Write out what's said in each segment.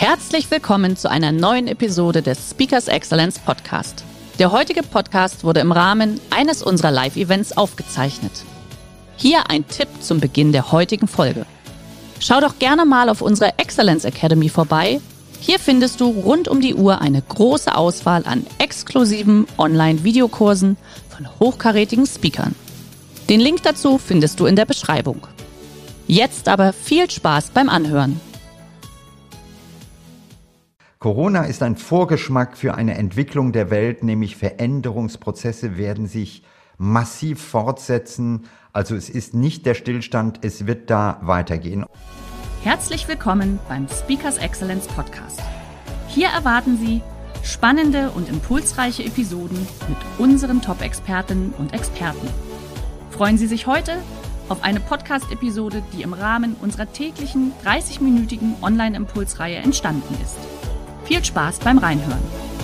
Herzlich willkommen zu einer neuen Episode des Speakers Excellence Podcast. Der heutige Podcast wurde im Rahmen eines unserer Live-Events aufgezeichnet. Hier ein Tipp zum Beginn der heutigen Folge. Schau doch gerne mal auf unserer Excellence Academy vorbei. Hier findest du rund um die Uhr eine große Auswahl an exklusiven Online-Videokursen von hochkarätigen Speakern. Den Link dazu findest du in der Beschreibung. Jetzt aber viel Spaß beim Anhören. Corona ist ein Vorgeschmack für eine Entwicklung der Welt, nämlich Veränderungsprozesse werden sich massiv fortsetzen. Also es ist nicht der Stillstand, es wird da weitergehen. Herzlich willkommen beim Speakers Excellence Podcast. Hier erwarten Sie spannende und impulsreiche Episoden mit unseren Top-Expertinnen und Experten. Freuen Sie sich heute auf eine Podcast-Episode, die im Rahmen unserer täglichen 30-minütigen Online-Impulsreihe entstanden ist. Viel Spaß beim Reinhören.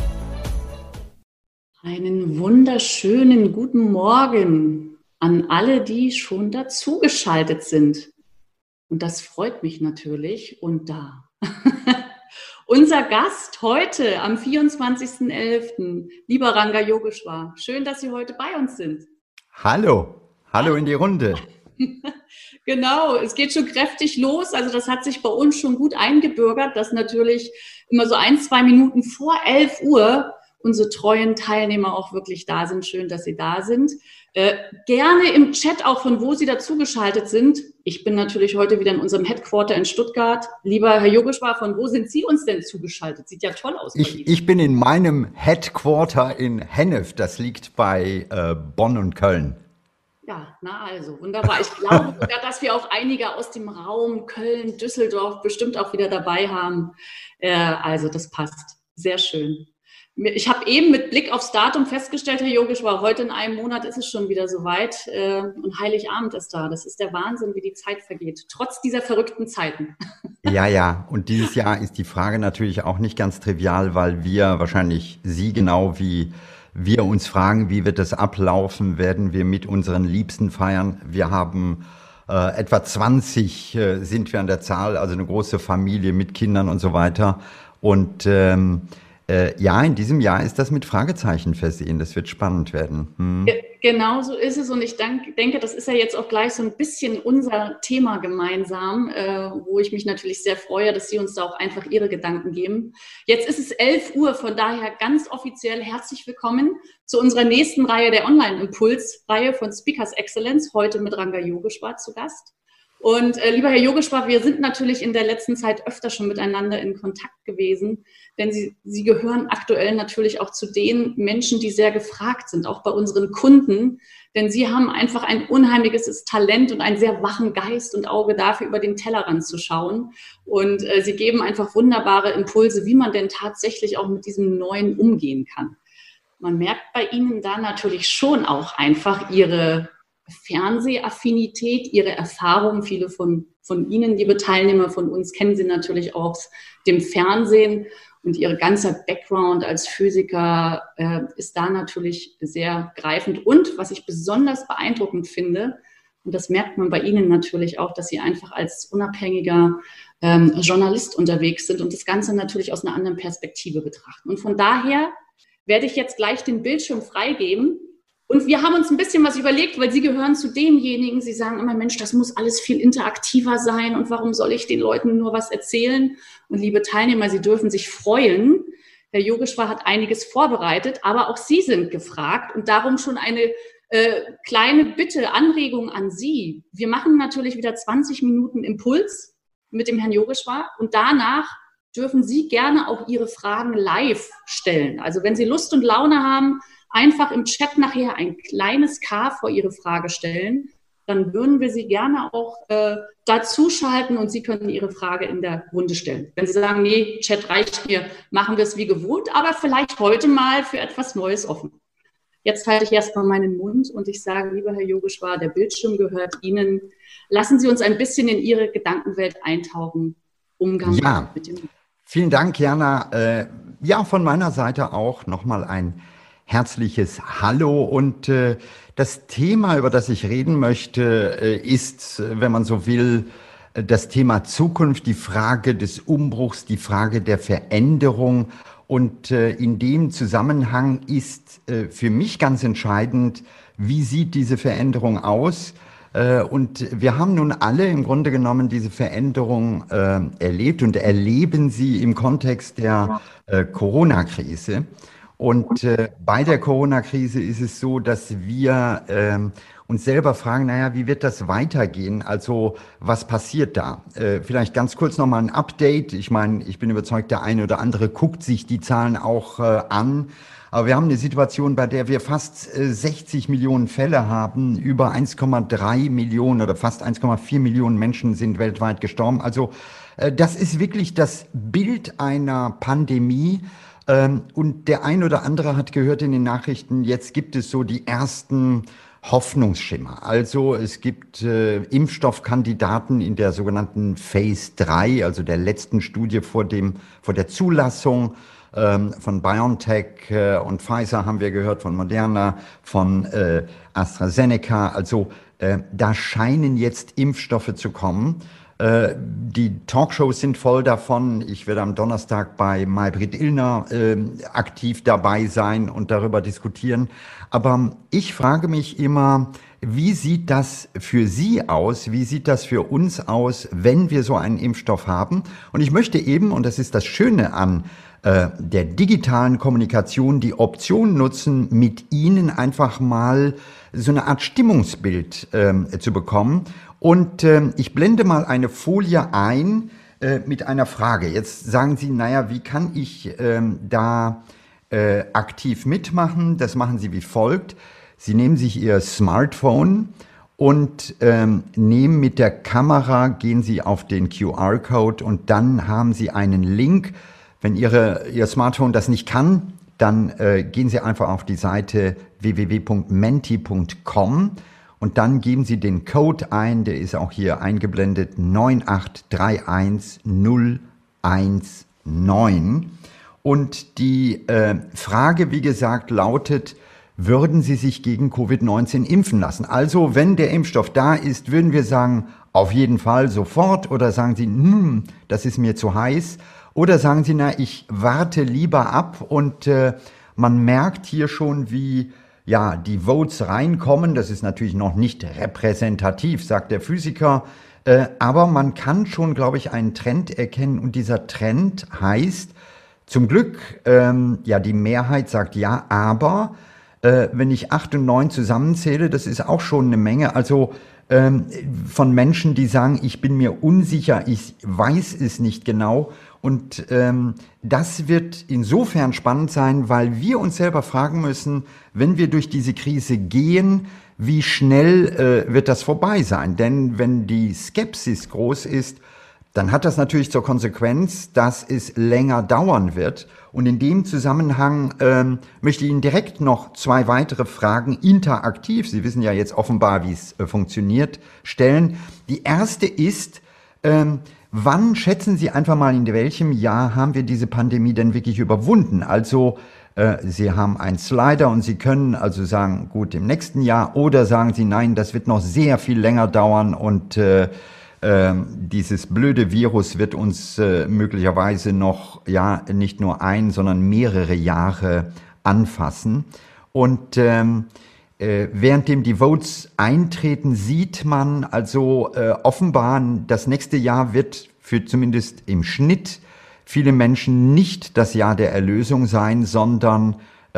Einen wunderschönen guten Morgen an alle, die schon dazugeschaltet sind. Und das freut mich natürlich. Und da unser Gast heute am 24.11., lieber Ranga Yogeshwar. Schön, dass Sie heute bei uns sind. Hallo in die Runde. Genau, es geht schon kräftig los. Also das hat sich bei uns schon gut eingebürgert, dass natürlich immer so 1-2 Minuten vor 11 Uhr unsere treuen Teilnehmer auch wirklich da sind. Schön, dass Sie da sind. Gerne im Chat auch, von wo Sie dazugeschaltet sind. Ich bin natürlich heute wieder in unserem Headquarter in Stuttgart. Lieber Herr Yogeshwar, von wo sind Sie uns denn zugeschaltet? Sieht ja toll aus. Ich bin in meinem Headquarter in Hennef. Das liegt bei Bonn und Köln. Ja, na also, wunderbar. Ich glaube sogar, dass wir auch einige aus dem Raum Köln, Düsseldorf bestimmt auch wieder dabei haben. Also das passt. Sehr schön. Ich habe eben mit Blick aufs Datum festgestellt, Herr Yogeshwar, heute in einem Monat ist es schon wieder soweit und Heiligabend ist da. Das ist der Wahnsinn, wie die Zeit vergeht, trotz dieser verrückten Zeiten. Ja. Und dieses Jahr ist die Frage natürlich auch nicht ganz trivial, weil wir wahrscheinlich Sie genau wie wir uns fragen, wie wird das ablaufen? Werden wir mit unseren Liebsten feiern? Wir haben etwa 20 sind wir an der Zahl, also eine große Familie mit Kindern und so weiter. Und in diesem Jahr ist das mit Fragezeichen versehen. Das wird spannend werden. Genau so ist es. Und ich denke, das ist ja jetzt auch gleich so ein bisschen unser Thema gemeinsam, wo ich mich natürlich sehr freue, dass Sie uns da auch einfach Ihre Gedanken geben. Jetzt ist es 11 Uhr, von daher ganz offiziell herzlich willkommen zu unserer nächsten Reihe der Online-Impuls-Reihe von Speakers Excellence, heute mit Ranga Yogeshwar zu Gast. Und lieber Herr Yogeshwar, wir sind natürlich in der letzten Zeit öfter schon miteinander in Kontakt gewesen, denn Sie gehören aktuell natürlich auch zu den Menschen, die sehr gefragt sind, auch bei unseren Kunden, denn Sie haben einfach ein unheimliches Talent und einen sehr wachen Geist und Auge dafür, über den Tellerrand zu schauen. Und Sie geben einfach wunderbare Impulse, wie man denn tatsächlich auch mit diesem Neuen umgehen kann. Man merkt bei Ihnen da natürlich schon auch einfach Ihre Fernsehaffinität, Ihre Erfahrungen. Viele von Ihnen, liebe Teilnehmer von uns, kennen Sie natürlich aus dem Fernsehen und Ihr ganzer Background als Physiker ist da natürlich sehr greifend. Und was ich besonders beeindruckend finde, und das merkt man bei Ihnen natürlich auch, dass Sie einfach als unabhängiger Journalist unterwegs sind und das Ganze natürlich aus einer anderen Perspektive betrachten. Und von daher werde ich jetzt gleich den Bildschirm freigeben. Und wir haben uns ein bisschen was überlegt, weil Sie gehören zu denjenigen, Sie sagen immer, Mensch, das muss alles viel interaktiver sein und warum soll ich den Leuten nur was erzählen? Und liebe Teilnehmer, Sie dürfen sich freuen. Herr Yogeshwar hat einiges vorbereitet, aber auch Sie sind gefragt und darum schon eine kleine Bitte, Anregung an Sie. Wir machen natürlich wieder 20 Minuten Impuls mit dem Herrn Yogeshwar und danach dürfen Sie gerne auch Ihre Fragen live stellen. Also wenn Sie Lust und Laune haben, einfach im Chat nachher ein kleines K vor Ihre Frage stellen, dann würden wir Sie gerne auch dazuschalten und Sie können Ihre Frage in der Runde stellen. Wenn Sie sagen, nee, Chat reicht mir, machen wir es wie gewohnt, aber vielleicht heute mal für etwas Neues offen. Jetzt halte ich erstmal meinen Mund und ich sage, lieber Herr Yogeshwar, der Bildschirm gehört Ihnen. Lassen Sie uns ein bisschen in Ihre Gedankenwelt eintauchen. Umgang mit dem. Vielen Dank, Jana. Von meiner Seite auch nochmal ein herzliches Hallo und das Thema, über das ich reden möchte, ist, wenn man so will, das Thema Zukunft, die Frage des Umbruchs, die Frage der Veränderung. Und in dem Zusammenhang ist für mich ganz entscheidend, wie sieht diese Veränderung aus? Und wir haben nun alle im Grunde genommen diese Veränderung erlebt und erleben sie im Kontext der Corona-Krise. Und bei der Corona-Krise ist es so, dass wir uns selber fragen, naja, wie wird das weitergehen? Also was passiert da? Vielleicht ganz kurz nochmal ein Update. Ich meine, ich bin überzeugt, der eine oder andere guckt sich die Zahlen auch an. Aber wir haben eine Situation, bei der wir fast 60 Millionen Fälle haben, über 1,3 Millionen oder fast 1,4 Millionen Menschen sind weltweit gestorben. Also das ist wirklich das Bild einer Pandemie. Und der ein oder andere hat gehört in den Nachrichten, jetzt gibt es so die ersten Hoffnungsschimmer. Also es gibt Impfstoffkandidaten in der sogenannten Phase 3, also der letzten Studie vor der Zulassung. Von BioNTech und Pfizer haben wir gehört, von Moderna, von AstraZeneca. Also da scheinen jetzt Impfstoffe zu kommen. Die Talkshows sind voll davon. Ich werde am Donnerstag bei Maybrit Illner aktiv dabei sein und darüber diskutieren. Aber ich frage mich immer, wie sieht das für Sie aus? Wie sieht das für uns aus, wenn wir so einen Impfstoff haben? Und ich möchte eben, und das ist das Schöne an der digitalen Kommunikation, die Option nutzen, mit Ihnen einfach mal so eine Art Stimmungsbild zu bekommen. Und ich blende mal eine Folie ein mit einer Frage. Jetzt sagen Sie, naja, wie kann ich da aktiv mitmachen? Das machen Sie wie folgt. Sie nehmen sich Ihr Smartphone und nehmen mit der Kamera, gehen Sie auf den QR-Code und dann haben Sie einen Link. Wenn Ihr Smartphone das nicht kann, dann gehen Sie einfach auf die Seite www.menti.com und dann geben Sie den Code ein, der ist auch hier eingeblendet, 9831019. Und die Frage, wie gesagt, lautet, würden Sie sich gegen Covid-19 impfen lassen? Also, wenn der Impfstoff da ist, würden wir sagen, auf jeden Fall sofort, oder sagen Sie, das ist mir zu heiß? Oder sagen Sie, na, ich warte lieber ab und man merkt hier schon, wie ja die Votes reinkommen. Das ist natürlich noch nicht repräsentativ, sagt der Physiker, aber man kann schon, glaube ich, einen Trend erkennen und dieser Trend heißt, zum Glück, ja, die Mehrheit sagt ja, aber wenn ich 8 und 9 zusammenzähle, das ist auch schon eine Menge, also von Menschen, die sagen, ich bin mir unsicher, ich weiß es nicht genau. Und das wird insofern spannend sein, weil wir uns selber fragen müssen, wenn wir durch diese Krise gehen, wie schnell wird das vorbei sein? Denn wenn die Skepsis groß ist, dann hat das natürlich zur Konsequenz, dass es länger dauern wird. Und in dem Zusammenhang möchte ich Ihnen direkt noch 2 weitere Fragen interaktiv, Sie wissen ja jetzt offenbar, wie es funktioniert, stellen. Die erste ist, wann schätzen Sie einfach mal, in welchem Jahr haben wir diese Pandemie denn wirklich überwunden? Also Sie haben einen Slider und Sie können also sagen, gut, im nächsten Jahr, oder sagen Sie, nein, das wird noch sehr viel länger dauern und dieses blöde Virus wird uns möglicherweise noch, ja, nicht nur sondern mehrere Jahre anfassen. Und währenddem die Votes eintreten, sieht man also offenbar, das nächste Jahr wird für zumindest im Schnitt viele Menschen nicht das Jahr der Erlösung sein, sondern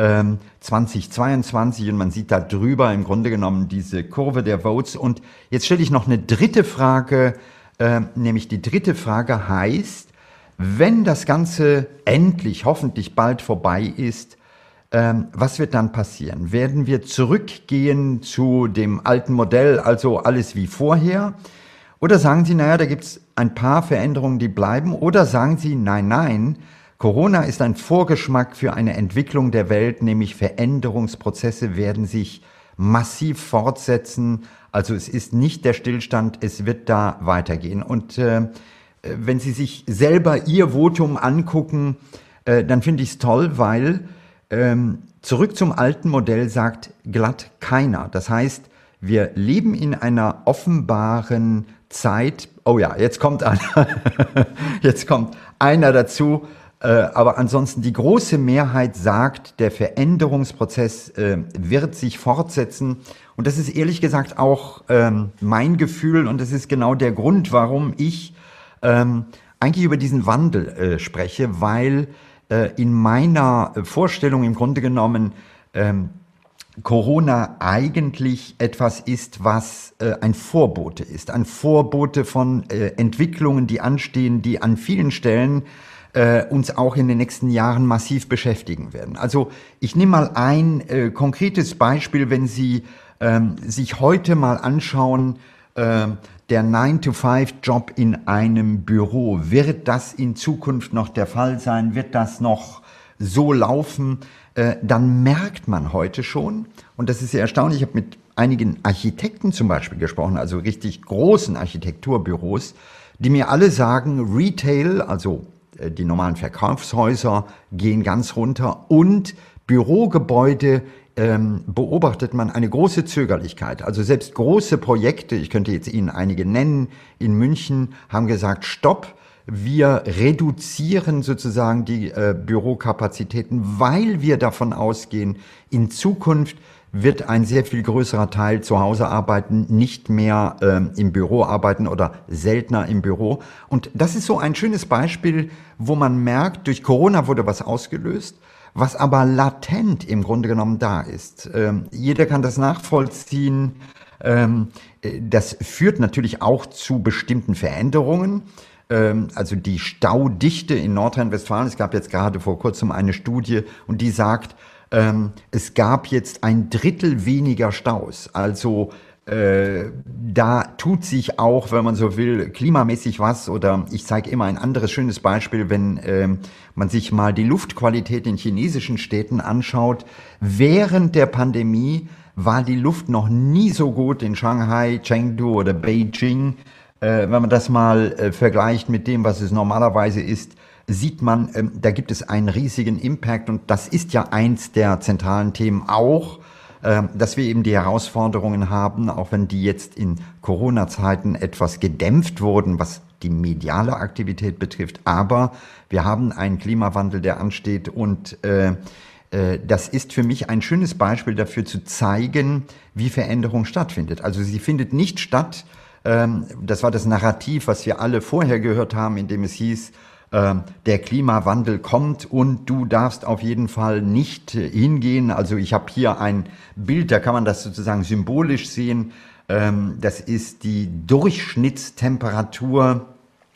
2022, und man sieht da drüber im Grunde genommen diese Kurve der Votes. Und jetzt stelle ich noch eine dritte Frage, nämlich die dritte Frage heißt, wenn das Ganze endlich, hoffentlich bald vorbei ist, was wird dann passieren? Werden wir zurückgehen zu dem alten Modell, also alles wie vorher? Oder sagen Sie, naja, da gibt es ein paar Veränderungen, die bleiben? Oder sagen Sie, nein, Corona ist ein Vorgeschmack für eine Entwicklung der Welt, nämlich Veränderungsprozesse werden sich massiv fortsetzen. Also es ist nicht der Stillstand, es wird da weitergehen. Und wenn Sie sich selber Ihr Votum angucken, dann finde ich es toll, weil zurück zum alten Modell sagt glatt keiner. Das heißt, wir leben in einer offenbaren Zeit. Oh ja, jetzt kommt einer dazu. Aber ansonsten die große Mehrheit sagt, der Veränderungsprozess wird sich fortsetzen. Und das ist ehrlich gesagt auch mein Gefühl. Und das ist genau der Grund, warum ich eigentlich über diesen Wandel spreche, weil in meiner Vorstellung im Grunde genommen Corona eigentlich etwas ist, was ein Vorbote ist. Ein Vorbote von Entwicklungen, die anstehen, die an vielen Stellen uns auch in den nächsten Jahren massiv beschäftigen werden. Also ich nehme mal ein konkretes Beispiel, wenn Sie sich heute mal anschauen, der 9-to-5-Job in einem Büro. Wird das in Zukunft noch der Fall sein? Wird das noch so laufen? Dann merkt man heute schon, und das ist sehr erstaunlich, ich habe mit einigen Architekten zum Beispiel gesprochen, also richtig großen Architekturbüros, die mir alle sagen, Retail, also die normalen Verkaufshäuser gehen ganz runter und Bürogebäude beobachtet man eine große Zögerlichkeit. Also selbst große Projekte, ich könnte jetzt Ihnen einige nennen, in München haben gesagt, stopp, wir reduzieren sozusagen die Bürokapazitäten, weil wir davon ausgehen, in Zukunft wird ein sehr viel größerer Teil zu Hause arbeiten, nicht mehr im Büro arbeiten oder seltener im Büro. Und das ist so ein schönes Beispiel, wo man merkt, durch Corona wurde was ausgelöst, was aber latent im Grunde genommen da ist. Jeder kann das nachvollziehen. Das führt natürlich auch zu bestimmten Veränderungen. Also die Staudichte in Nordrhein-Westfalen, es gab jetzt gerade vor kurzem eine Studie und die sagt, es gab jetzt 1/3 weniger Staus. Also da tut sich auch, wenn man so will, klimamäßig was. Oder ich zeige immer ein anderes schönes Beispiel, wenn man sich mal die Luftqualität in chinesischen Städten anschaut. Während der Pandemie war die Luft noch nie so gut in Shanghai, Chengdu oder Beijing. Wenn man das mal vergleicht mit dem, was es normalerweise ist, sieht man, da gibt es einen riesigen Impact. Und das ist ja eins der zentralen Themen auch, dass wir eben die Herausforderungen haben, auch wenn die jetzt in Corona-Zeiten etwas gedämpft wurden, was die mediale Aktivität betrifft. Aber wir haben einen Klimawandel, der ansteht und das ist für mich ein schönes Beispiel dafür zu zeigen, wie Veränderung stattfindet. Also sie findet nicht statt, das war das Narrativ, was wir alle vorher gehört haben, in dem es hieß, der Klimawandel kommt und du darfst auf jeden Fall nicht hingehen. Also ich habe hier ein Bild, da kann man das sozusagen symbolisch sehen. Das ist die Durchschnittstemperatur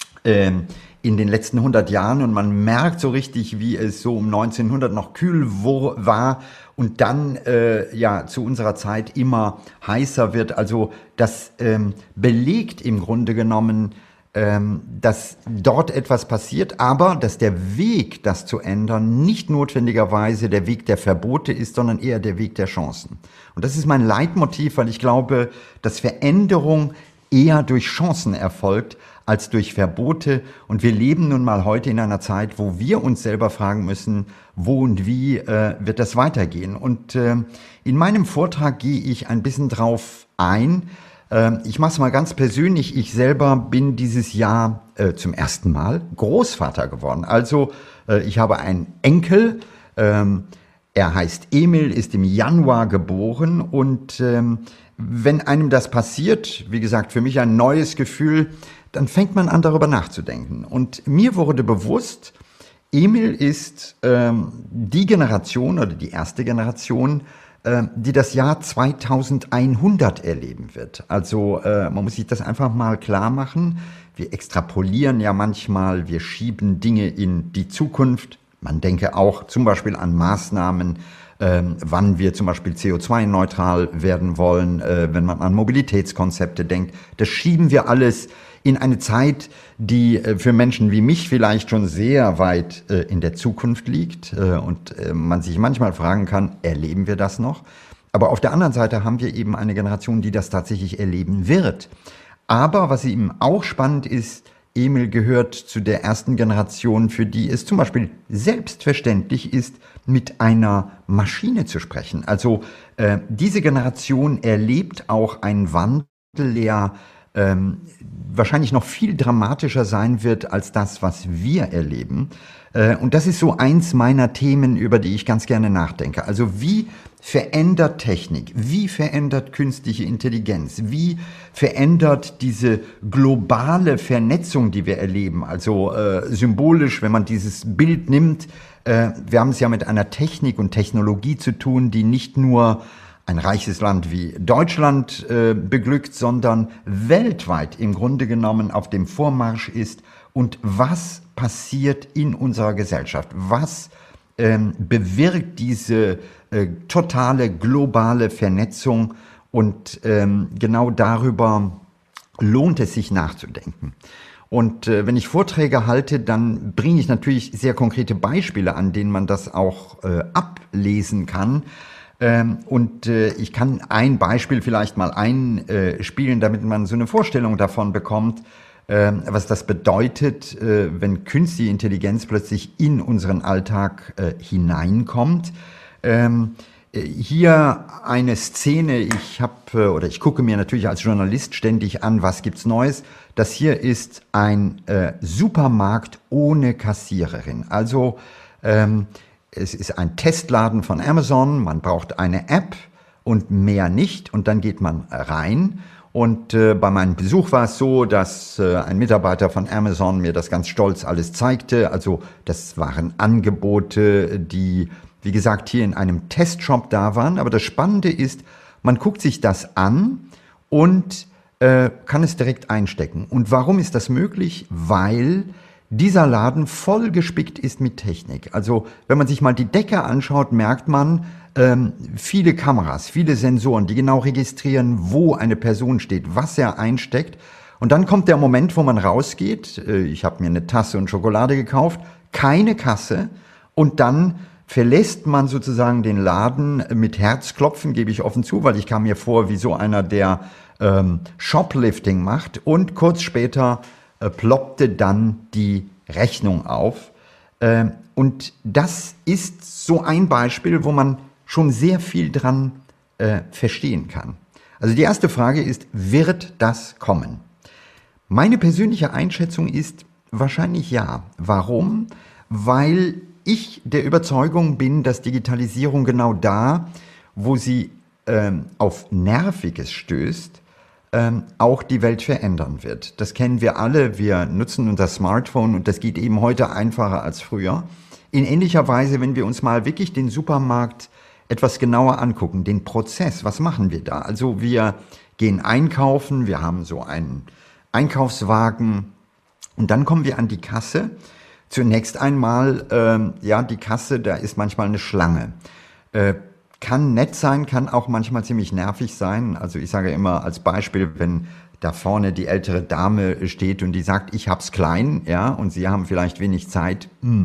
in den letzten 100 Jahren und man merkt so richtig, wie es so um 1900 noch kühl war und dann zu unserer Zeit immer heißer wird. Also das belegt im Grunde genommen, dass dort etwas passiert, aber dass der Weg, das zu ändern, nicht notwendigerweise der Weg der Verbote ist, sondern eher der Weg der Chancen. Und das ist mein Leitmotiv, weil ich glaube, dass Veränderung eher durch Chancen erfolgt als durch Verbote. Und wir leben nun mal heute in einer Zeit, wo wir uns selber fragen müssen, wo und wie wird das weitergehen. Und in meinem Vortrag gehe ich ein bisschen drauf ein. Ich mache es mal ganz persönlich. Ich selber bin dieses Jahr zum ersten Mal Großvater geworden. Also ich habe einen Enkel. Er heißt Emil, ist im Januar geboren. Und wenn einem das passiert, wie gesagt, für mich ein neues Gefühl, dann fängt man an, darüber nachzudenken. Und mir wurde bewusst, Emil ist die Generation oder die erste Generation, die das Jahr 2100 erleben wird. Also man muss sich das einfach mal klar machen. Wir extrapolieren ja manchmal, wir schieben Dinge in die Zukunft. Man denke auch zum Beispiel an Maßnahmen, wann wir zum Beispiel CO2-neutral werden wollen, wenn man an Mobilitätskonzepte denkt. Das schieben wir alles in eine Zeit, die für Menschen wie mich vielleicht schon sehr weit in der Zukunft liegt und man sich manchmal fragen kann, erleben wir das noch? Aber auf der anderen Seite haben wir eben eine Generation, die das tatsächlich erleben wird. Aber was eben auch spannend ist, Emil gehört zu der ersten Generation, für die es zum Beispiel selbstverständlich ist, mit einer Maschine zu sprechen. Also diese Generation erlebt auch einen Wandel, der wahrscheinlich noch viel dramatischer sein wird als das, was wir erleben. Und das ist so eins meiner Themen, über die ich ganz gerne nachdenke. Also wie verändert Technik? Wie verändert künstliche Intelligenz? Wie verändert diese globale Vernetzung, die wir erleben? Also symbolisch, wenn man dieses Bild nimmt, wir haben es ja mit einer Technik und Technologie zu tun, die nicht nur ein reiches Land wie Deutschland beglückt, sondern weltweit im Grunde genommen auf dem Vormarsch ist. Und was passiert in unserer Gesellschaft? Was bewirkt diese totale globale Vernetzung? Und genau darüber lohnt es sich nachzudenken. Und wenn ich Vorträge halte, dann bringe ich natürlich sehr konkrete Beispiele, an denen man das auch ablesen kann. Und ich kann ein Beispiel vielleicht mal einspielen, damit man so eine Vorstellung davon bekommt, was das bedeutet, wenn künstliche Intelligenz plötzlich in unseren Alltag hineinkommt. Hier eine Szene, ich gucke mir natürlich als Journalist ständig an, was gibt's Neues. Das hier ist ein Supermarkt ohne Kassiererin. Also es ist ein Testladen von Amazon, man braucht eine App und mehr nicht und dann geht man rein. Und bei meinem Besuch war es so, dass ein Mitarbeiter von Amazon mir das ganz stolz alles zeigte. Also das waren Angebote, die, wie gesagt, hier in einem Testshop da waren. Aber das Spannende ist, man guckt sich das an und kann es direkt einstecken. Und warum ist das möglich? Weil dieser Laden voll gespickt ist mit Technik. Also wenn man sich mal die Decke anschaut, merkt man, viele Kameras, viele Sensoren, die genau registrieren, wo eine Person steht, was er einsteckt. Und dann kommt der Moment, wo man rausgeht. Ich habe mir eine Tasse und Schokolade gekauft, keine Kasse. Und dann verlässt man sozusagen den Laden mit Herzklopfen, gebe ich offen zu, weil ich kam mir vor wie so einer, der Shoplifting macht. Und kurz später ploppte dann die Rechnung auf. Und das ist so ein Beispiel, wo man schon sehr viel dran verstehen kann. Also die erste Frage ist, wird das kommen? Meine persönliche Einschätzung ist wahrscheinlich ja. Warum? Weil ich der Überzeugung bin, dass Digitalisierung genau da, wo sie auf Nerviges stößt, auch die Welt verändern wird. Das kennen wir alle. Wir nutzen unser Smartphone und das geht eben heute einfacher als früher. In ähnlicher Weise, wenn wir uns mal wirklich den Supermarkt etwas genauer angucken, den Prozess, was machen wir da? Also wir gehen einkaufen, wir haben so einen Einkaufswagen und dann kommen wir an die Kasse. Zunächst einmal, die Kasse, da ist manchmal eine Schlange. Kann nett sein, kann auch manchmal ziemlich nervig sein. Also ich sage immer als Beispiel, wenn da vorne die ältere Dame steht und die sagt, ich hab's klein, ja, und Sie haben vielleicht wenig Zeit.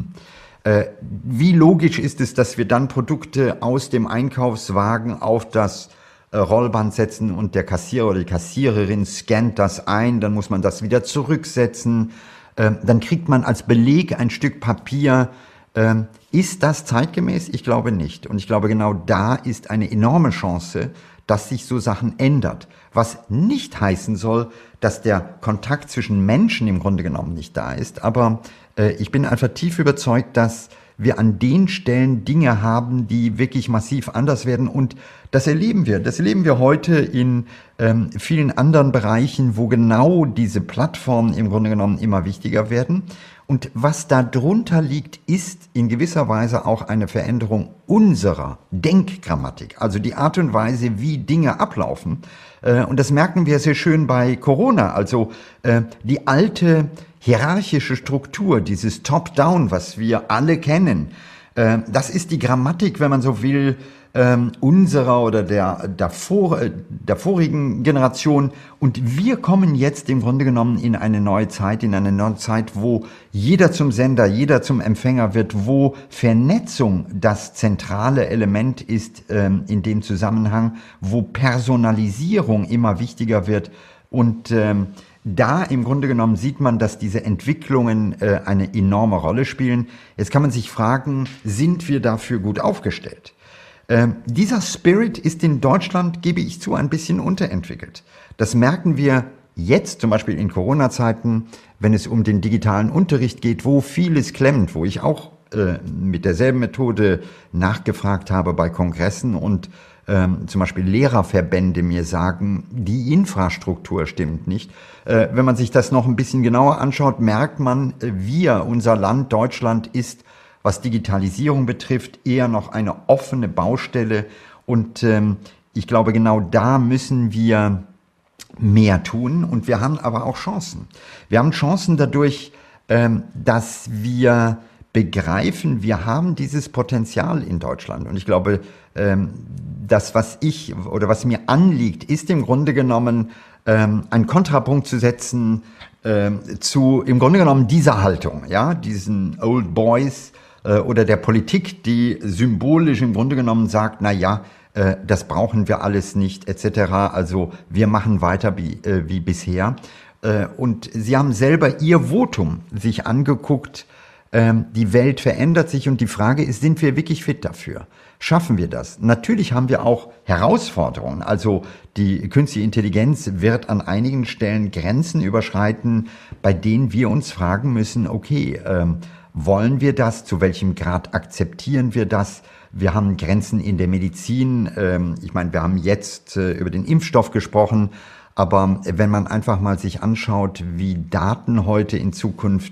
Wie logisch ist es, dass wir dann Produkte aus dem Einkaufswagen auf das Rollband setzen und der Kassierer oder die Kassiererin scannt das ein, dann muss man das wieder zurücksetzen, dann kriegt man als Beleg ein Stück Papier. Ist das zeitgemäß? Ich glaube nicht. Und ich glaube, genau da ist eine enorme Chance, dass sich so Sachen ändert. Was nicht heißen soll, dass der Kontakt zwischen Menschen im Grunde genommen nicht da ist. Aber ich bin einfach tief überzeugt, dass wir an den Stellen Dinge haben, die wirklich massiv anders werden. Und das erleben wir. Das erleben wir heute in vielen anderen Bereichen, wo genau diese Plattformen im Grunde genommen immer wichtiger werden. Und was da drunter liegt, ist in gewisser Weise auch eine Veränderung unserer Denkgrammatik. Also die Art und Weise, wie Dinge ablaufen. Und das merken wir sehr schön bei Corona. Also die alte hierarchische Struktur, dieses Top-Down, was wir alle kennen, das ist die Grammatik, wenn man so will, unserer oder der vorigen Generation. Und wir kommen jetzt im Grunde genommen in eine neue Zeit, wo jeder zum Sender, jeder zum Empfänger wird, wo Vernetzung das zentrale Element ist in dem Zusammenhang, wo Personalisierung immer wichtiger wird. Und da im Grunde genommen sieht man, dass diese Entwicklungen eine enorme Rolle spielen. Jetzt kann man sich fragen, sind wir dafür gut aufgestellt? Dieser Spirit ist in Deutschland, gebe ich zu, ein bisschen unterentwickelt. Das merken wir jetzt zum Beispiel in Corona-Zeiten, wenn es um den digitalen Unterricht geht, wo vieles klemmt, wo ich auch mit derselben Methode nachgefragt habe bei Kongressen und zum Beispiel Lehrerverbände mir sagen, die Infrastruktur stimmt nicht. Wenn man sich das noch ein bisschen genauer anschaut, merkt man, unser Land, Deutschland, ist, was Digitalisierung betrifft, eher noch eine offene Baustelle. Und ich glaube, genau da müssen wir mehr tun. Und wir haben aber auch Chancen. Wir haben Chancen dadurch, dass wir begreifen, wir haben dieses Potenzial in Deutschland. Und ich glaube, das, was mir anliegt, ist im Grunde genommen, einen Kontrapunkt zu setzen zu im Grunde genommen dieser Haltung, ja, diesen Old Boys oder der Politik, die symbolisch im Grunde genommen sagt, na ja, das brauchen wir alles nicht, etc. Also wir machen weiter wie bisher. Und Sie haben selber Ihr Votum sich angeguckt. Die Welt verändert sich und die Frage ist, sind wir wirklich fit dafür? Schaffen wir das? Natürlich haben wir auch Herausforderungen. Also die künstliche Intelligenz wird an einigen Stellen Grenzen überschreiten, bei denen wir uns fragen müssen, okay, wollen wir das? Zu welchem Grad akzeptieren wir das? Wir haben Grenzen in der Medizin. Ich meine, wir haben jetzt über den Impfstoff gesprochen. Aber wenn man einfach mal sich anschaut, wie Daten heute in Zukunft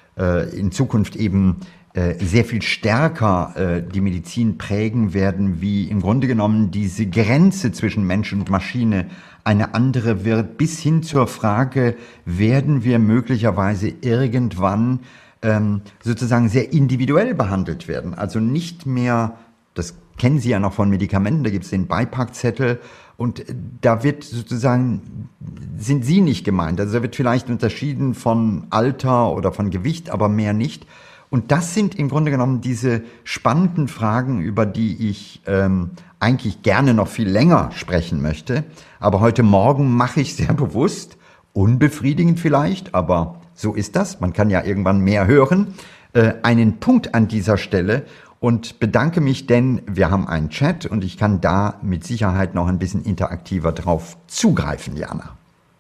eben sehr viel stärker die Medizin prägen werden, wie im Grunde genommen diese Grenze zwischen Mensch und Maschine eine andere wird, bis hin zur Frage, werden wir möglicherweise irgendwann sozusagen sehr individuell behandelt werden. Also nicht mehr, das kennen Sie ja noch von Medikamenten, da gibt es den Beipackzettel und da wird sozusagen, sind Sie nicht gemeint. Also da wird vielleicht unterschieden von Alter oder von Gewicht, aber mehr nicht. Und das sind im Grunde genommen diese spannenden Fragen, über die ich eigentlich gerne noch viel länger sprechen möchte. Aber heute Morgen mache ich sehr bewusst, unbefriedigend vielleicht, aber so ist das, man kann ja irgendwann mehr hören, einen Punkt an dieser Stelle und bedanke mich, denn wir haben einen Chat und ich kann da mit Sicherheit noch ein bisschen interaktiver drauf zugreifen, Jana.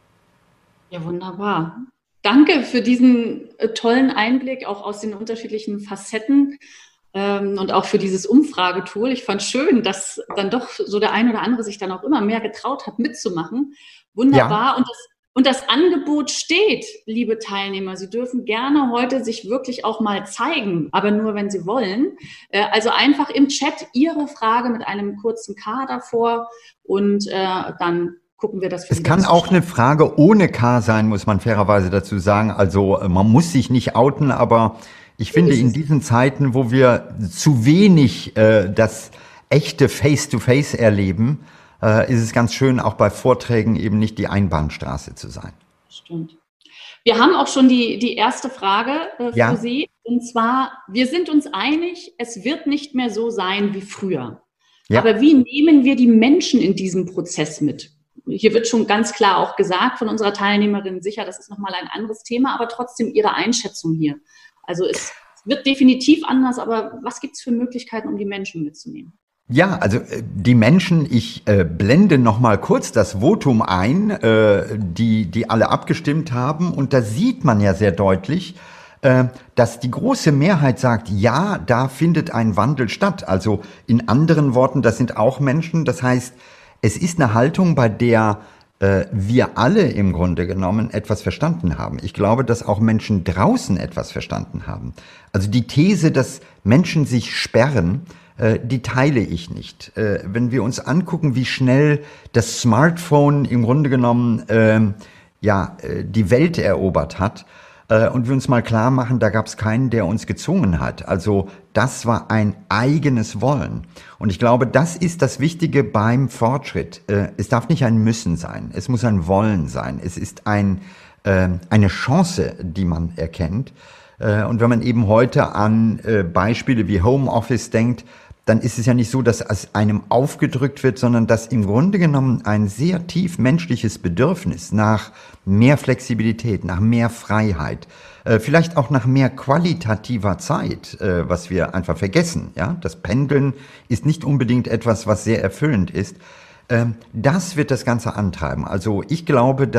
Ja, wunderbar. Danke für diesen tollen Einblick auch aus den unterschiedlichen Facetten und auch für dieses Umfragetool. Ich fand schön, dass dann doch so der ein oder andere sich dann auch immer mehr getraut hat, mitzumachen. Wunderbar. Ja. Und das Angebot steht, liebe Teilnehmer. Sie dürfen gerne heute sich wirklich auch mal zeigen, aber nur, wenn Sie wollen. Also einfach im Chat Ihre Frage mit einem kurzen K davor und dann gucken wir das für Sie. Es kann auch eine Frage ohne K sein, muss man fairerweise dazu sagen. Also man muss sich nicht outen, aber ich finde in diesen Zeiten, wo wir zu wenig das echte Face-to-Face erleben, ist es ganz schön, auch bei Vorträgen eben nicht die Einbahnstraße zu sein. Stimmt. Wir haben auch schon die erste Frage für Sie. Und zwar, wir sind uns einig, es wird nicht mehr so sein wie früher. Ja. Aber wie nehmen wir die Menschen in diesem Prozess mit? Hier wird schon ganz klar auch gesagt von unserer Teilnehmerin, sicher, das ist nochmal ein anderes Thema, aber trotzdem Ihre Einschätzung hier. Also es wird definitiv anders, aber was gibt es für Möglichkeiten, um die Menschen mitzunehmen? Ja, also die Menschen, ich blende noch mal kurz das Votum ein, die alle abgestimmt haben. Und da sieht man ja sehr deutlich, dass die große Mehrheit sagt, ja, da findet ein Wandel statt. Also in anderen Worten, das sind auch Menschen. Das heißt, es ist eine Haltung, bei der wir alle im Grunde genommen etwas verstanden haben. Ich glaube, dass auch Menschen draußen etwas verstanden haben. Also die These, dass Menschen sich sperren, die teile ich nicht. Wenn wir uns angucken, wie schnell das Smartphone im Grunde genommen die Welt erobert hat und wir uns mal klar machen, da gab es keinen, der uns gezwungen hat. Also das war ein eigenes Wollen. Und ich glaube, das ist das Wichtige beim Fortschritt. Es darf nicht ein Müssen sein, es muss ein Wollen sein. Es ist eine Chance, die man erkennt. Und wenn man eben heute an Beispiele wie Homeoffice denkt, dann ist es ja nicht so, dass es einem aufgedrückt wird, sondern dass im Grunde genommen ein sehr tief menschliches Bedürfnis nach mehr Flexibilität, nach mehr Freiheit, vielleicht auch nach mehr qualitativer Zeit, was wir einfach vergessen. Ja, das Pendeln ist nicht unbedingt etwas, was sehr erfüllend ist. Das wird das Ganze antreiben. Also ich glaube, dass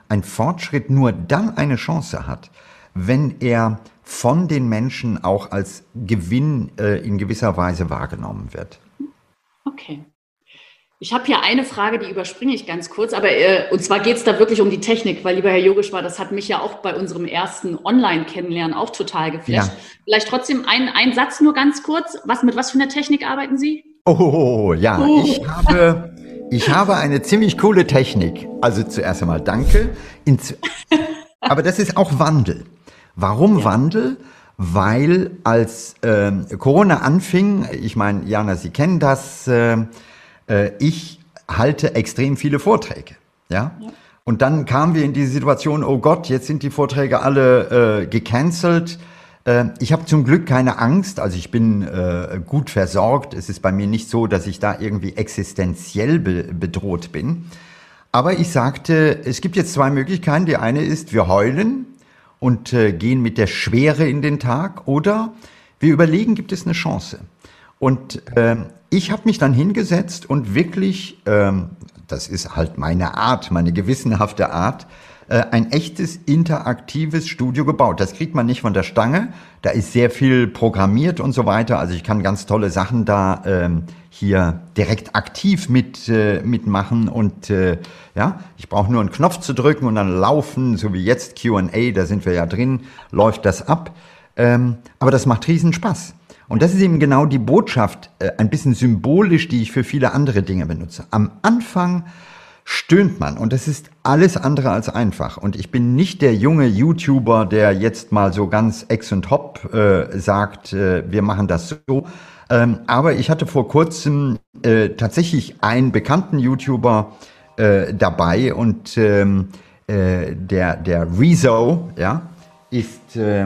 ein Fortschritt nur dann eine Chance hat, wenn er von den Menschen auch als Gewinn in gewisser Weise wahrgenommen wird. Okay. Ich habe hier eine Frage, die überspringe ich ganz kurz, aber und zwar geht es da wirklich um die Technik, weil, lieber Herr Yogeshwar, das hat mich ja auch bei unserem ersten Online-Kennenlernen auch total geflasht. Ja. Vielleicht trotzdem ein Satz nur ganz kurz. Mit was für einer Technik arbeiten Sie? Ja, ich habe eine ziemlich coole Technik. Also zuerst einmal danke. Aber das ist auch Wandel. Warum Wandel? Weil als Corona anfing, ich meine, Jana, Sie kennen das, ich halte extrem viele Vorträge, ja? Und dann kamen wir in die Situation, oh Gott, jetzt sind die Vorträge alle gecancelt. Ich habe zum Glück keine Angst, also ich bin gut versorgt. Es ist bei mir nicht so, dass ich da irgendwie existenziell bedroht bin. Aber ich sagte, es gibt jetzt zwei Möglichkeiten. Die eine ist, wir heulen und gehen mit der Schwere in den Tag, oder wir überlegen, gibt es eine Chance? Und ich habe mich dann hingesetzt und wirklich, das ist halt meine Art, meine gewissenhafte Art, ein echtes interaktives Studio gebaut. Das kriegt man nicht von der Stange. Da ist sehr viel programmiert und so weiter. Also ich kann ganz tolle Sachen da hier direkt aktiv mitmachen. Und ja, ich brauche nur einen Knopf zu drücken und dann laufen, so wie jetzt Q&A, da sind wir ja drin, läuft das ab. Aber das macht riesen Spaß. Und das ist eben genau die Botschaft, ein bisschen symbolisch, die ich für viele andere Dinge benutze. Am Anfang stöhnt man und das ist alles andere als einfach. Und ich bin nicht der junge YouTuber, der jetzt mal so ganz ex und hop sagt, wir machen das so. Aber ich hatte vor kurzem tatsächlich einen bekannten YouTuber dabei und der Rezo, ja, ist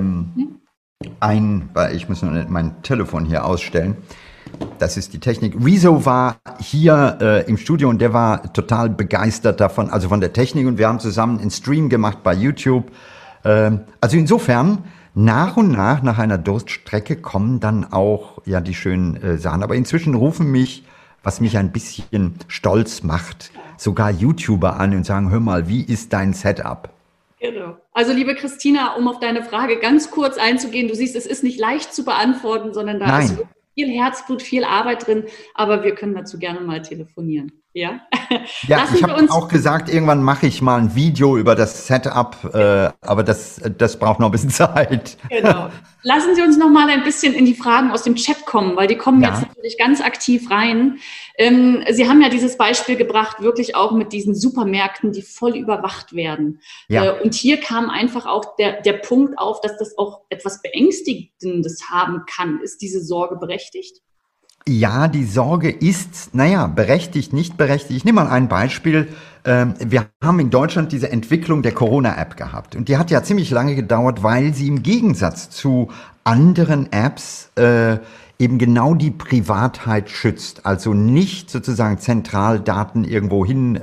ich muss nur mein Telefon hier ausstellen. Das ist die Technik. Rezo war hier im Studio und der war total begeistert davon, also von der Technik, und wir haben zusammen einen Stream gemacht bei YouTube. Also insofern, nach und nach einer Durststrecke kommen dann auch ja die schönen Sachen. Aber inzwischen rufen mich, was mich ein bisschen stolz macht, sogar YouTuber an und sagen, hör mal, wie ist dein Setup? Genau. Also liebe Christina, um auf deine Frage ganz kurz einzugehen, du siehst, es ist nicht leicht zu beantworten, sondern da ist viel Herzblut, viel Arbeit drin, aber wir können dazu gerne mal telefonieren. Ja, ja, ich habe auch gesagt, irgendwann mache ich mal ein Video über das Setup, aber das braucht noch ein bisschen Zeit. Genau. Lassen Sie uns noch mal ein bisschen in die Fragen aus dem Chat kommen, weil die kommen jetzt natürlich ganz aktiv rein. Sie haben ja dieses Beispiel gebracht, wirklich auch mit diesen Supermärkten, die voll überwacht werden. Ja. Und hier kam einfach auch der Punkt auf, dass das auch etwas Beängstigendes haben kann. Ist diese Sorge berechtigt? Ja, die Sorge ist, berechtigt, nicht berechtigt. Ich nehme mal ein Beispiel. Wir haben in Deutschland diese Entwicklung der Corona-App gehabt. Und die hat ja ziemlich lange gedauert, weil sie im Gegensatz zu anderen Apps eben genau die Privatheit schützt. Also nicht sozusagen zentral Daten irgendwo hin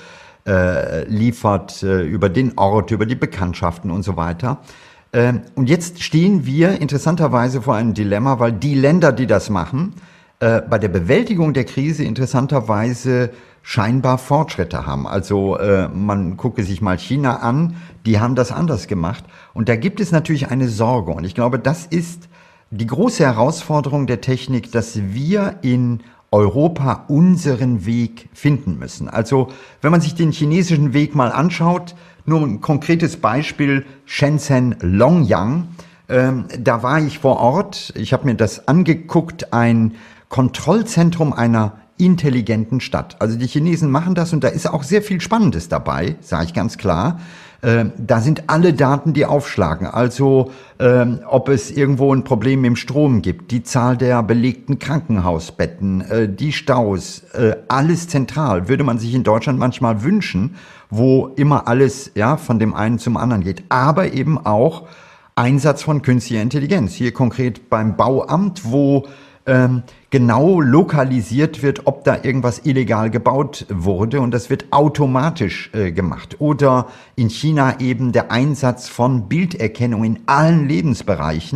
liefert, über den Ort, über die Bekanntschaften und so weiter. Und jetzt stehen wir interessanterweise vor einem Dilemma, weil die Länder, die das machen, bei der Bewältigung der Krise interessanterweise scheinbar Fortschritte haben. Also man gucke sich mal China an, die haben das anders gemacht. Und da gibt es natürlich eine Sorge. Und ich glaube, das ist die große Herausforderung der Technik, dass wir in Europa unseren Weg finden müssen. Also wenn man sich den chinesischen Weg mal anschaut, nur ein konkretes Beispiel, Shenzhen Longyang, da war ich vor Ort, ich habe mir das angeguckt, ein Kontrollzentrum einer intelligenten Stadt. Also die Chinesen machen das und da ist auch sehr viel Spannendes dabei, sage ich ganz klar. Da sind alle Daten, die aufschlagen. Also ob es irgendwo ein Problem mit dem Strom gibt, die Zahl der belegten Krankenhausbetten, die Staus, alles zentral. Würde man sich in Deutschland manchmal wünschen, wo immer alles von dem einen zum anderen geht. Aber eben auch Einsatz von künstlicher Intelligenz. Hier konkret beim Bauamt, wo genau lokalisiert wird, ob da irgendwas illegal gebaut wurde, und das wird automatisch gemacht. Oder in China eben der Einsatz von Bilderkennung in allen Lebensbereichen.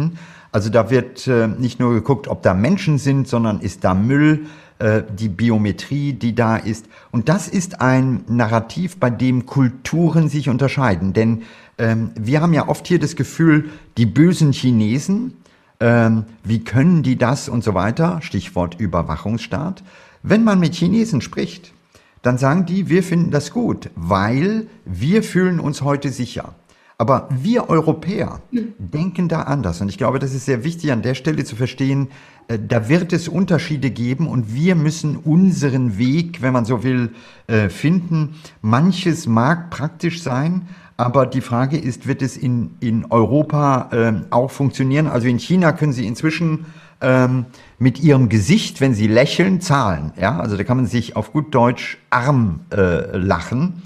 Also da wird nicht nur geguckt, ob da Menschen sind, sondern ist da Müll, die Biometrie, die da ist. Und das ist ein Narrativ, bei dem Kulturen sich unterscheiden. Denn wir haben ja oft hier das Gefühl, die bösen Chinesen, wie können die das und so weiter, Stichwort Überwachungsstaat. Wenn man mit Chinesen spricht, dann sagen die, wir finden das gut, weil wir fühlen uns heute sicher. Aber wir Europäer denken da anders. Und ich glaube, das ist sehr wichtig an der Stelle zu verstehen, da wird es Unterschiede geben und wir müssen unseren Weg, wenn man so will, finden. Manches mag praktisch sein, aber die Frage ist, wird es in Europa auch funktionieren? Also in China können Sie inzwischen mit Ihrem Gesicht, wenn Sie lächeln, zahlen. Ja? Also da kann man sich auf gut Deutsch arm lachen.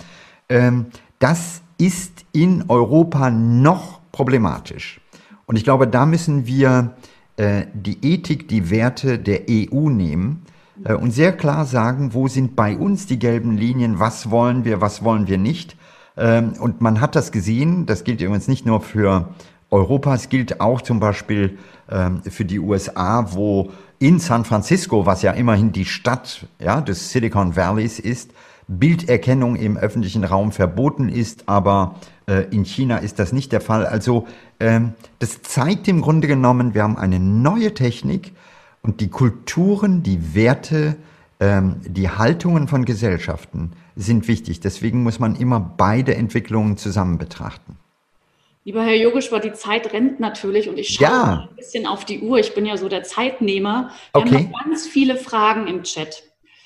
Das ist in Europa noch problematisch. Und ich glaube, da müssen wir die Ethik, die Werte der EU nehmen und sehr klar sagen, wo sind bei uns die gelben Linien, was wollen wir nicht. Und man hat das gesehen, das gilt übrigens nicht nur für Europa, es gilt auch zum Beispiel für die USA, wo in San Francisco, was ja immerhin die Stadt des Silicon Valleys ist, Bilderkennung im öffentlichen Raum verboten ist, aber in China ist das nicht der Fall. Also das zeigt im Grunde genommen, wir haben eine neue Technik und die Kulturen, die Werte, die Haltungen von Gesellschaften sind wichtig. Deswegen muss man immer beide Entwicklungen zusammen betrachten. Lieber Herr Yogeshwar, die Zeit rennt natürlich und ich schaue ein bisschen auf die Uhr. Ich bin ja so der Zeitnehmer. Wir haben noch ganz viele Fragen im Chat.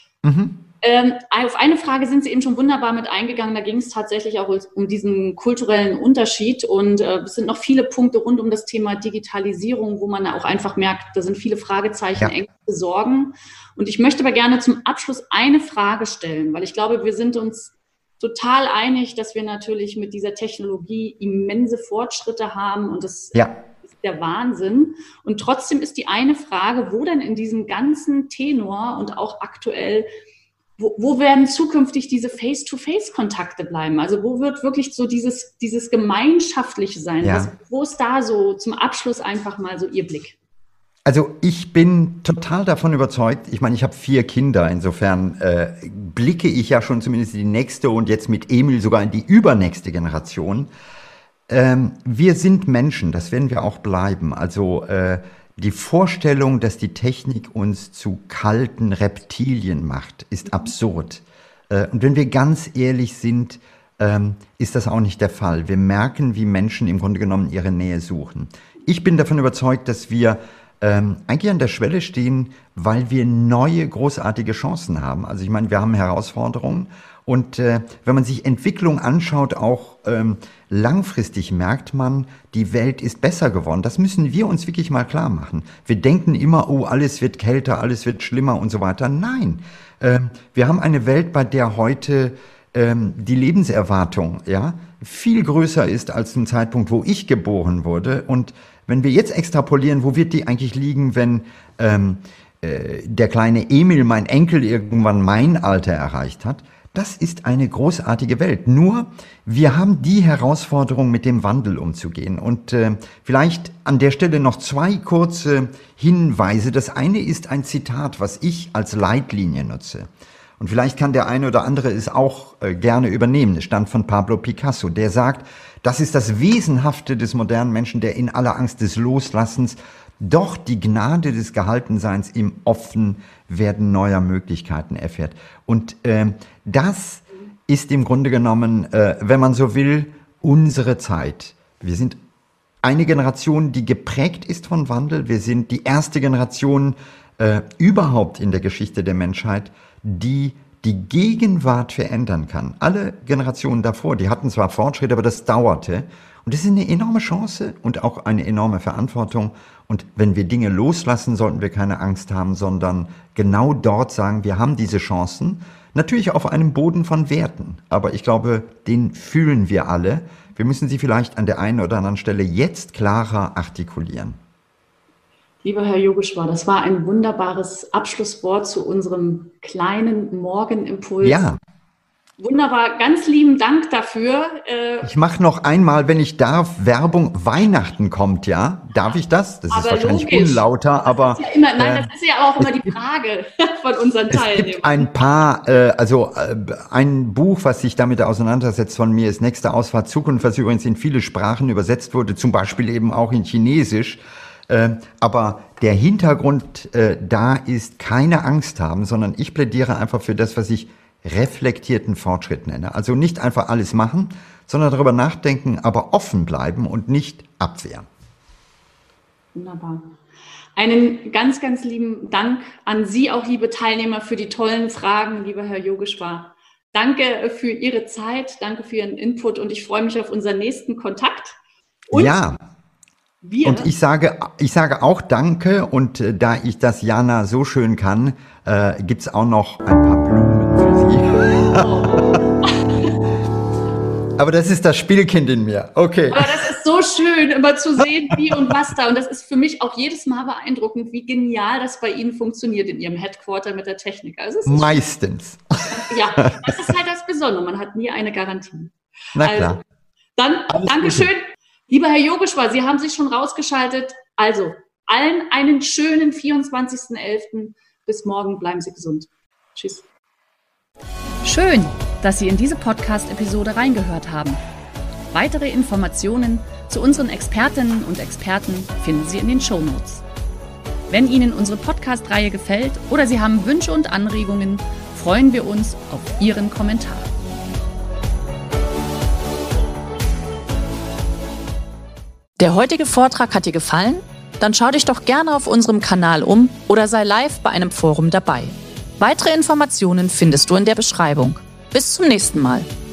Auf eine Frage sind Sie eben schon wunderbar mit eingegangen. Da ging es tatsächlich auch um diesen kulturellen Unterschied. Und es sind noch viele Punkte rund um das Thema Digitalisierung, wo man auch einfach merkt, da sind viele Fragezeichen, Ängste, Sorgen. Und ich möchte aber gerne zum Abschluss eine Frage stellen, weil ich glaube, wir sind uns total einig, dass wir natürlich mit dieser Technologie immense Fortschritte haben. Und das ist der Wahnsinn. Und trotzdem ist die eine Frage, wo denn in diesem ganzen Tenor und auch aktuell wo werden zukünftig diese Face-to-Face-Kontakte bleiben? Also wo wird wirklich so dieses Gemeinschaftliche sein? Wo ist da so zum Abschluss einfach mal so Ihr Blick? Also ich bin total davon überzeugt, ich meine, ich habe 4 Kinder, insofern blicke ich ja schon zumindest in die nächste und jetzt mit Emil sogar in die übernächste Generation. Wir sind Menschen, das werden wir auch bleiben. Also die Vorstellung, dass die Technik uns zu kalten Reptilien macht, ist absurd. Und wenn wir ganz ehrlich sind, ist das auch nicht der Fall. Wir merken, wie Menschen im Grunde genommen ihre Nähe suchen. Ich bin davon überzeugt, dass wir eigentlich an der Schwelle stehen, weil wir neue, großartige Chancen haben. Also ich meine, wir haben Herausforderungen und wenn man sich Entwicklung anschaut, auch langfristig merkt man, die Welt ist besser geworden. Das müssen wir uns wirklich mal klar machen. Wir denken immer, oh, alles wird kälter, alles wird schlimmer und so weiter. Nein, wir haben eine Welt, bei der heute die Lebenserwartung viel größer ist als zum Zeitpunkt, wo ich geboren wurde. Und wenn wir jetzt extrapolieren, wo wird die eigentlich liegen, wenn der kleine Emil, mein Enkel, irgendwann mein Alter erreicht hat? Das ist eine großartige Welt. Nur, wir haben die Herausforderung, mit dem Wandel umzugehen. Und vielleicht an der Stelle noch 2 kurze Hinweise. Das eine ist ein Zitat, was ich als Leitlinie nutze. Und vielleicht kann der eine oder andere es auch gerne übernehmen. Es stammt von Pablo Picasso, der sagt, das ist das Wesenhafte des modernen Menschen, der in aller Angst des Loslassens doch die Gnade des Gehaltenseins im Offenwerden neuer Möglichkeiten erfährt. Und das ist im Grunde genommen, wenn man so will, unsere Zeit. Wir sind eine Generation, die geprägt ist von Wandel. Wir sind die erste Generation überhaupt in der Geschichte der Menschheit, die Gegenwart verändern kann. Alle Generationen davor, die hatten zwar Fortschritte, aber das dauerte. Und das ist eine enorme Chance und auch eine enorme Verantwortung. Und wenn wir Dinge loslassen, sollten wir keine Angst haben, sondern genau dort sagen, wir haben diese Chancen. Natürlich auf einem Boden von Werten. Aber ich glaube, den fühlen wir alle. Wir müssen sie vielleicht an der einen oder anderen Stelle jetzt klarer artikulieren. Lieber Herr Yogeshwar, das war ein wunderbares Abschlusswort zu unserem kleinen Morgenimpuls. Ja, Wunderbar, ganz lieben Dank dafür. Ich mache noch einmal, wenn ich darf, Werbung. Weihnachten kommt, ja? Darf ich das? Das ist wahrscheinlich logisch. Unlauter, aber... Das ist ja immer, das ist ja auch immer die Frage von unseren Teilnehmern. Es gibt ein paar, ein Buch, was sich damit auseinandersetzt von mir, ist Nächste Ausfahrt Zukunft, was übrigens in viele Sprachen übersetzt wurde, zum Beispiel eben auch in Chinesisch. Aber der Hintergrund da ist, keine Angst haben, sondern ich plädiere einfach für das, was ich reflektierten Fortschritt nenne. Also nicht einfach alles machen, sondern darüber nachdenken, aber offen bleiben und nicht abwehren. Wunderbar. Einen ganz, ganz lieben Dank an Sie auch, liebe Teilnehmer, für die tollen Fragen, lieber Herr Yogeshwar. Danke für Ihre Zeit, danke für Ihren Input und ich freue mich auf unseren nächsten Kontakt. Und ja. Und ich sage auch Danke und da ich das Jana so schön kann, gibt's auch noch ein paar Blumen für Sie. Aber das ist das Spielkind in mir. Okay. Aber das ist so schön, immer zu sehen, wie und was da. Und das ist für mich auch jedes Mal beeindruckend, wie genial das bei Ihnen funktioniert in Ihrem Headquarter mit der Technik. Also es ist meistens. Ja, das ist halt das Besondere. Man hat nie eine Garantie. Na klar. Also, dann Dankeschön. Lieber Herr Yogeshwar, Sie haben sich schon rausgeschaltet. Also, allen einen schönen 24.11. Bis morgen. Bleiben Sie gesund. Tschüss. Schön, dass Sie in diese Podcast-Episode reingehört haben. Weitere Informationen zu unseren Expertinnen und Experten finden Sie in den Shownotes. Wenn Ihnen unsere Podcast-Reihe gefällt oder Sie haben Wünsche und Anregungen, freuen wir uns auf Ihren Kommentar. Der heutige Vortrag hat dir gefallen? Dann schau dich doch gerne auf unserem Kanal um oder sei live bei einem Forum dabei. Weitere Informationen findest du in der Beschreibung. Bis zum nächsten Mal.